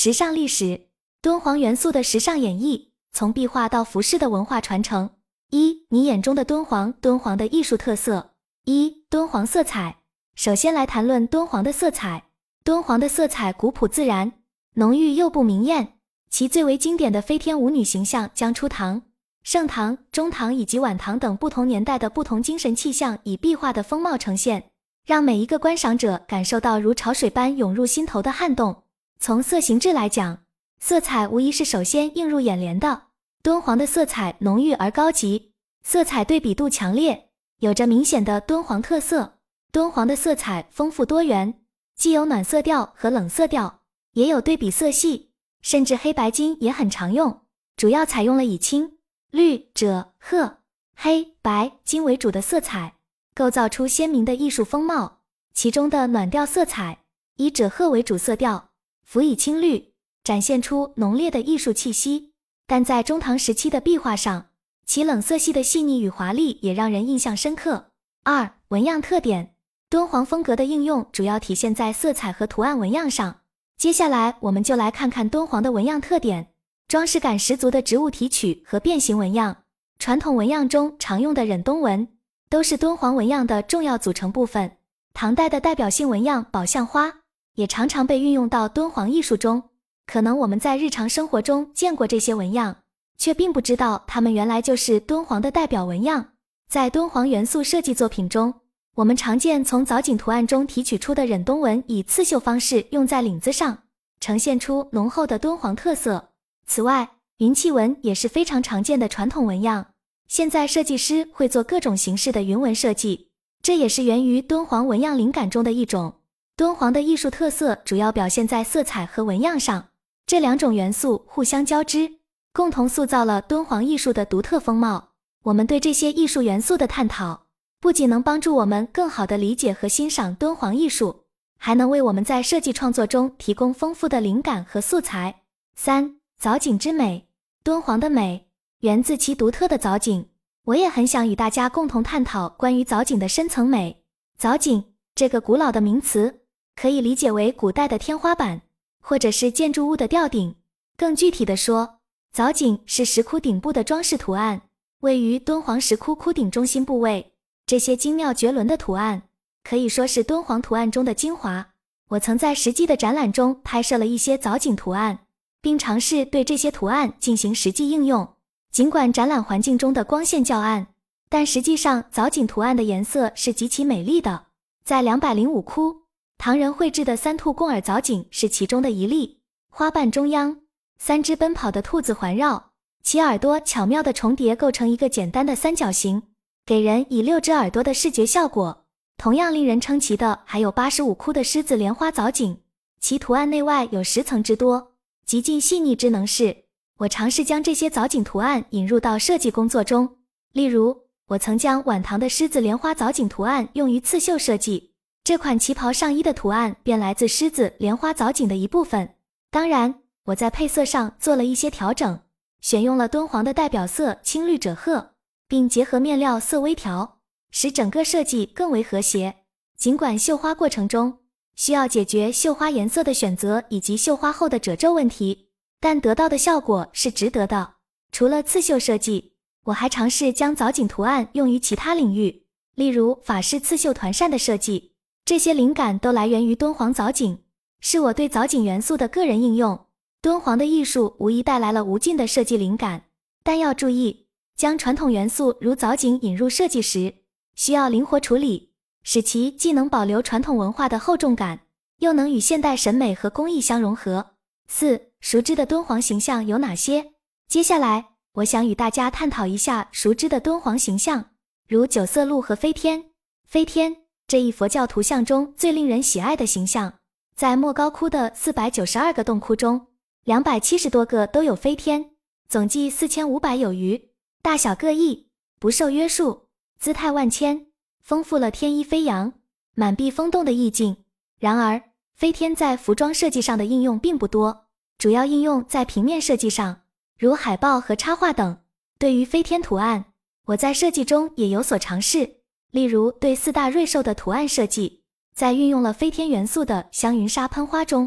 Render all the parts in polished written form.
时尚历史，敦煌元素的时尚演绎，从壁画到服饰的文化传承。一、你眼中的敦煌，敦煌的艺术特色。一、敦煌色彩。首先来谈论敦煌的色彩。敦煌的色彩古朴自然，浓郁又不明艳，其最为经典的飞天舞女形象将初唐、盛唐、中唐以及晚唐等不同年代的不同精神气象以壁画的风貌呈现，让每一个观赏者感受到如潮水般涌入心头的撼动。从色形制来讲，色彩无疑是首先映入眼帘的。敦煌的色彩浓郁而高级，色彩对比度强烈，有着明显的敦煌特色。敦煌的色彩丰富多元，既有暖色调和冷色调，也有对比色系，甚至黑白金也很常用，主要采用了以青、绿、赭、褐、黑、白、金为主的色彩，构造出鲜明的艺术风貌。其中的暖调色彩以赭褐为主色调，辅以青绿，展现出浓烈的艺术气息。但在中唐时期的壁画上，其冷色系的细腻与华丽也让人印象深刻。二、纹样特点。敦煌风格的应用主要体现在色彩和图案纹样上。接下来我们就来看看敦煌的纹样特点。装饰感十足的植物提取和变形纹样，传统纹样中常用的忍冬纹，都是敦煌纹样的重要组成部分。唐代的代表性纹样宝相花，也常常被运用到敦煌艺术中。可能我们在日常生活中见过这些纹样，却并不知道它们原来就是敦煌的代表纹样。在敦煌元素设计作品中，我们常见从藻井图案中提取出的忍冬纹以刺绣方式用在领子上，呈现出浓厚的敦煌特色。此外，云气纹也是非常常见的传统纹样。现在设计师会做各种形式的云纹设计，这也是源于敦煌纹样灵感中的一种。敦煌的艺术特色主要表现在色彩和纹样上，这两种元素互相交织，共同塑造了敦煌艺术的独特风貌。我们对这些艺术元素的探讨，不仅能帮助我们更好地理解和欣赏敦煌艺术，还能为我们在设计创作中提供丰富的灵感和素材。三、藻井之美。敦煌的美源自其独特的藻井，我也很想与大家共同探讨关于藻井的深层美。藻井这个古老的名词，可以理解为古代的天花板，或者是建筑物的吊顶。更具体的说，藻井是石窟顶部的装饰图案，位于敦煌石窟窟顶中心部位。这些精妙绝伦的图案，可以说是敦煌图案中的精华。我曾在实际的展览中拍摄了一些藻井图案，并尝试对这些图案进行实际应用。尽管展览环境中的光线较暗，但实际上藻井图案的颜色是极其美丽的。在205窟，唐人绘制的三兔贡耳藻井是其中的一例。花瓣中央3只奔跑的兔子环绕，其耳朵巧妙地重叠构成一个简单的三角形，给人以6只耳朵的视觉效果。同样令人称奇的还有85窟的狮子莲花藻井，其图案内外有10层之多，极尽细腻之能事。我尝试将这些藻井图案引入到设计工作中，例如我曾将晚唐的狮子莲花藻井图案用于刺绣设计，这款旗袍上衣的图案便来自狮子莲花藻井的一部分。当然，我在配色上做了一些调整，选用了敦煌的代表色青绿赭褐，并结合面料色微调，使整个设计更为和谐。尽管绣花过程中需要解决绣花颜色的选择以及绣花后的褶皱问题，但得到的效果是值得的。除了刺绣设计，我还尝试将藻井图案用于其他领域，例如法式刺绣团扇的设计。这些灵感都来源于敦煌藻井，是我对藻井元素的个人应用。敦煌的艺术无疑带来了无尽的设计灵感，但要注意，将传统元素如藻井引入设计时，需要灵活处理，使其既能保留传统文化的厚重感，又能与现代审美和工艺相融合。四、熟知的敦煌形象有哪些？接下来，我想与大家探讨一下熟知的敦煌形象，如九色鹿和飞天。飞天这一佛教图像中最令人喜爱的形象，在莫高窟的492个洞窟中，270多个都有飞天，总计4500有余，大小各异，不受约束，姿态万千，丰富了天衣飞扬、满壁风动的意境。然而，飞天在服装设计上的应用并不多，主要应用在平面设计上，如海报和插画等。对于飞天图案，我在设计中也有所尝试，例如对4大瑞兽的图案设计，在运用了飞天元素的香云纱喷花中，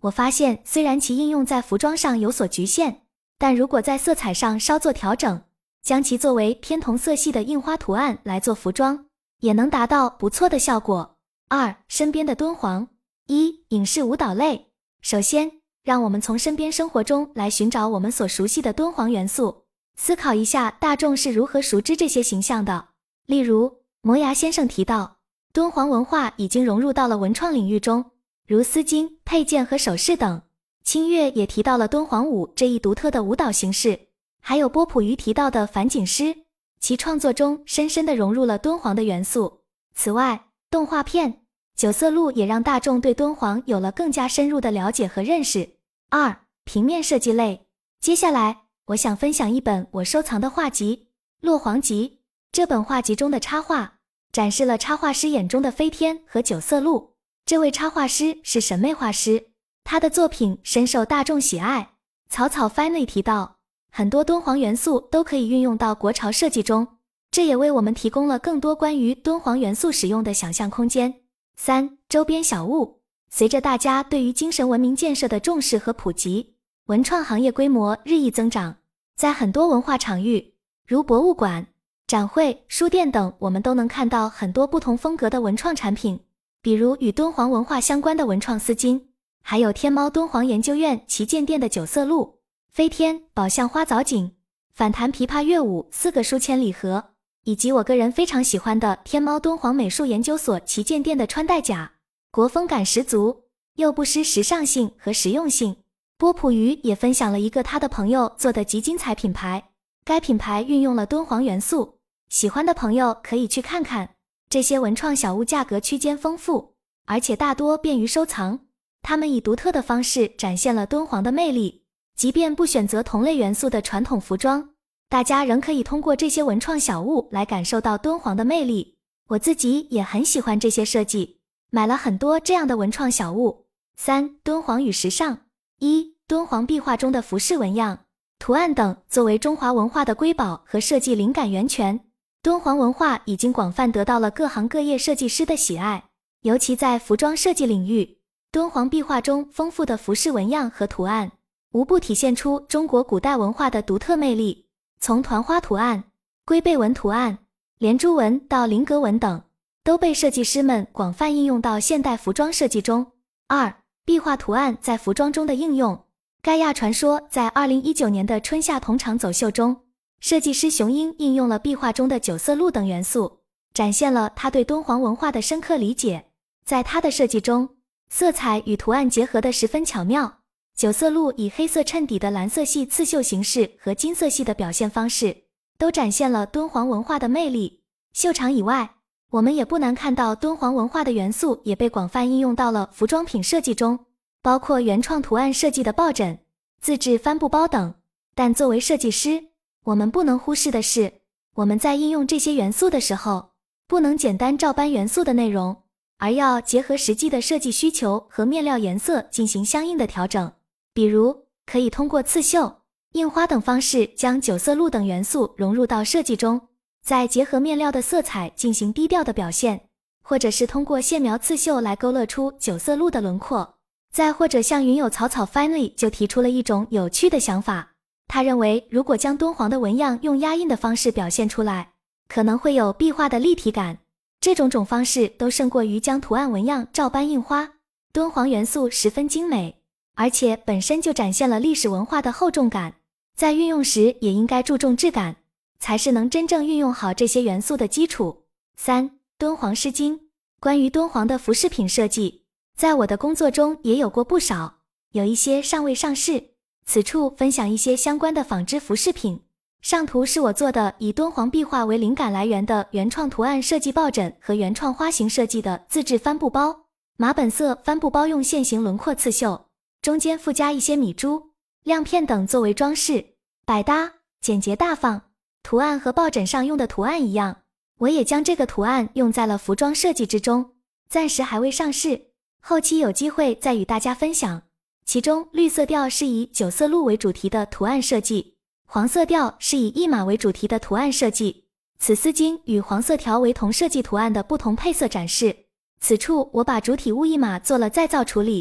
我发现虽然其应用在服装上有所局限，但如果在色彩上稍作调整，将其作为偏同色系的印花图案来做服装，也能达到不错的效果。2. 身边的敦煌。1. 影视舞蹈类。首先，让我们从身边生活中来寻找我们所熟悉的敦煌元素，思考一下大众是如何熟知这些形象的。例如，摩崖先生提到，敦煌文化已经融入到了文创领域中，如丝巾、配件和首饰等。清月也提到了敦煌舞这一独特的舞蹈形式，还有波普鱼提到的樊锦诗，其创作中深深地融入了敦煌的元素。此外，动画片、九色鹿也让大众对敦煌有了更加深入的了解和认识。2. 平面设计类。接下来，我想分享一本我收藏的画集《落黄集》。这本画集中的插画展示了插画师眼中的飞天和九色鹿。这位插画师是审美画师，他的作品深受大众喜爱。草草 Finally 提到，很多敦煌元素都可以运用到国潮设计中，这也为我们提供了更多关于敦煌元素使用的想象空间。3. 周边小物。随着大家对于精神文明建设的重视和普及，文创行业规模日益增长。在很多文化场域，如博物馆、展会、书店等，我们都能看到很多不同风格的文创产品，比如与敦煌文化相关的文创丝巾，还有天猫敦煌研究院旗舰店的九色鹿、飞天、宝相花藻锦、反弹琵琶乐舞4个书签礼盒，以及我个人非常喜欢的天猫敦煌美术研究所旗舰店的穿戴甲，国风感十足，又不失时尚性和实用性。波普鱼也分享了一个他的朋友做的极精彩品牌，该品牌运用了敦煌元素，喜欢的朋友可以去看看。这些文创小物价格区间丰富，而且大多便于收藏，他们以独特的方式展现了敦煌的魅力。即便不选择同类元素的传统服装，大家仍可以通过这些文创小物来感受到敦煌的魅力。我自己也很喜欢这些设计，买了很多这样的文创小物。3. 敦煌与时尚。1. 敦煌壁画中的服饰纹样、图案等，作为中华文化的瑰宝和设计灵感源泉，敦煌文化已经广泛得到了各行各业设计师的喜爱。尤其在服装设计领域，敦煌壁画中丰富的服饰纹样和图案，无不体现出中国古代文化的独特魅力。从团花图案、龟背纹图案、连珠纹到菱格纹等，都被设计师们广泛应用到现代服装设计中。2. 壁画图案在服装中的应用。盖亚传说在2019年的春夏同场走秀中，设计师熊英应用了壁画中的九色鹿等元素，展现了他对敦煌文化的深刻理解。在他的设计中，色彩与图案结合得十分巧妙。九色鹿以黑色衬底的蓝色系刺绣形式和金色系的表现方式，都展现了敦煌文化的魅力。秀场以外，我们也不难看到敦煌文化的元素也被广泛应用到了服装品设计中，包括原创图案设计的抱枕、自制帆布包等。但作为设计师，我们不能忽视的是，我们在应用这些元素的时候，不能简单照搬元素的内容，而要结合实际的设计需求和面料颜色进行相应的调整。比如，可以通过刺绣、印花等方式将九色鹿等元素融入到设计中，再结合面料的色彩进行低调的表现，或者是通过线描刺绣来勾勒出九色鹿的轮廓。再或者像云友草草 Finally 就提出了一种有趣的想法，他认为如果将敦煌的纹样用压印的方式表现出来，可能会有壁画的立体感，这种方式都胜过于将图案纹样照搬印花。敦煌元素十分精美，而且本身就展现了历史文化的厚重感，在运用时也应该注重质感，才是能真正运用好这些元素的基础。3. 敦煌诗经。关于敦煌的服饰品设计，在我的工作中也有过不少，有一些尚未上市。此处分享一些相关的纺织服饰品。上图是我做的以敦煌壁画为灵感来源的原创图案设计抱枕和原创花型设计的自制帆布包。马本色帆布包用线形轮廓刺绣，中间附加一些米珠、亮片等作为装饰，百搭简洁大方。图案和抱枕上用的图案一样，我也将这个图案用在了服装设计之中，暂时还未上市，后期有机会再与大家分享。其中绿色调是以九色鹿为主题的图案设计，黄色调是以一马为主题的图案设计。此丝巾与黄色条为同设计图案的不同配色展示。此处我把主体物一马做了再造处理，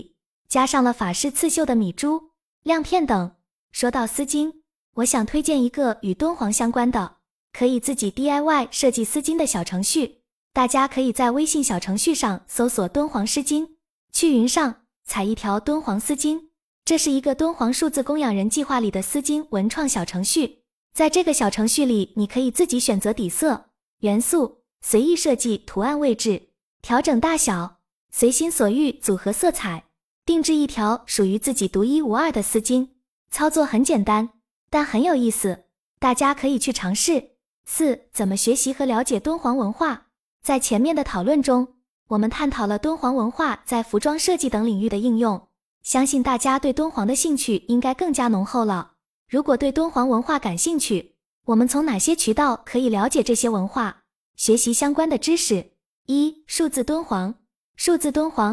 加上了法式刺绣的米珠、亮片等。说到丝巾，我想推荐一个与敦煌相关的，可以自己 DIY 设计丝巾的小程序。大家可以在微信小程序上搜索敦煌丝巾，去云上采一条敦煌丝巾。这是一个敦煌数字供养人计划里的丝巾文创小程序。在这个小程序里，你可以自己选择底色、元素，随意设计图案位置，调整大小，随心所欲组合色彩，定制一条属于自己独一无二的丝巾。操作很简单，但很有意思，大家可以去尝试。4. 怎么学习和了解敦煌文化？在前面的讨论中，我们探讨了敦煌文化在服装设计等领域的应用，相信大家对敦煌的兴趣应该更加浓厚了。如果对敦煌文化感兴趣，我们从哪些渠道可以了解这些文化，学习相关的知识？1. 数字敦煌。数字敦煌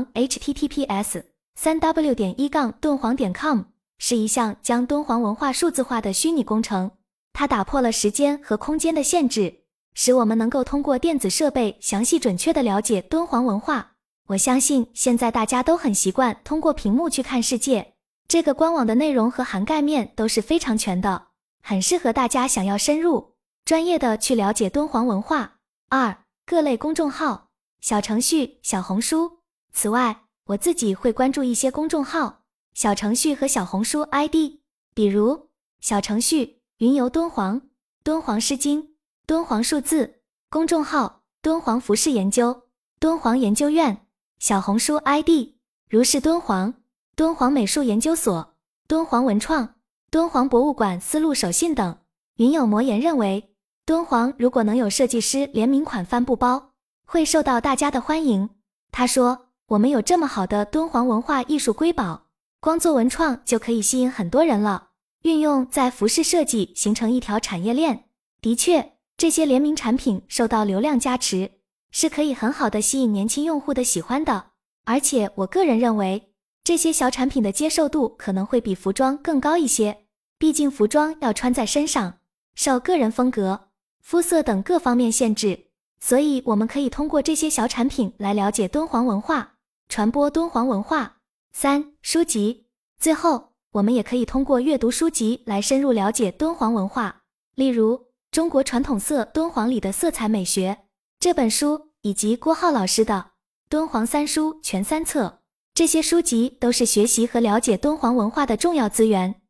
https://3w.1-敦煌.com 是一项将敦煌文化数字化的虚拟工程，它打破了时间和空间的限制，使我们能够通过电子设备详细准确地了解敦煌文化。我相信现在大家都很习惯通过屏幕去看世界，这个官网的内容和涵盖面都是非常全的，很适合大家想要深入、专业的去了解敦煌文化。2. 各类公众号、小程序、小红书。此外，我自己会关注一些公众号、小程序和小红书 ID， 比如小程序云游敦煌、敦煌诗经、敦煌数字，公众号敦煌服饰研究、敦煌研究院，小红书 ID 如是敦煌、敦煌美术研究所、敦煌文创、敦煌博物馆丝路手信等。云有魔言认为，敦煌如果能有设计师联名款帆布包，会受到大家的欢迎。他说，我们有这么好的敦煌文化艺术瑰宝，光做文创就可以吸引很多人了，运用在服饰设计形成一条产业链。的确，这些联名产品受到流量加持，是可以很好的吸引年轻用户的喜欢的。而且我个人认为，这些小产品的接受度可能会比服装更高一些，毕竟服装要穿在身上，受个人风格、肤色等各方面限制，所以我们可以通过这些小产品来了解敦煌文化，传播敦煌文化。3. 书籍。最后，我们也可以通过阅读书籍来深入了解敦煌文化，例如《中国传统色敦煌里的色彩美学》这本书，以及郭浩老师的《敦煌三书全3册》，这些书籍都是学习和了解敦煌文化的重要资源。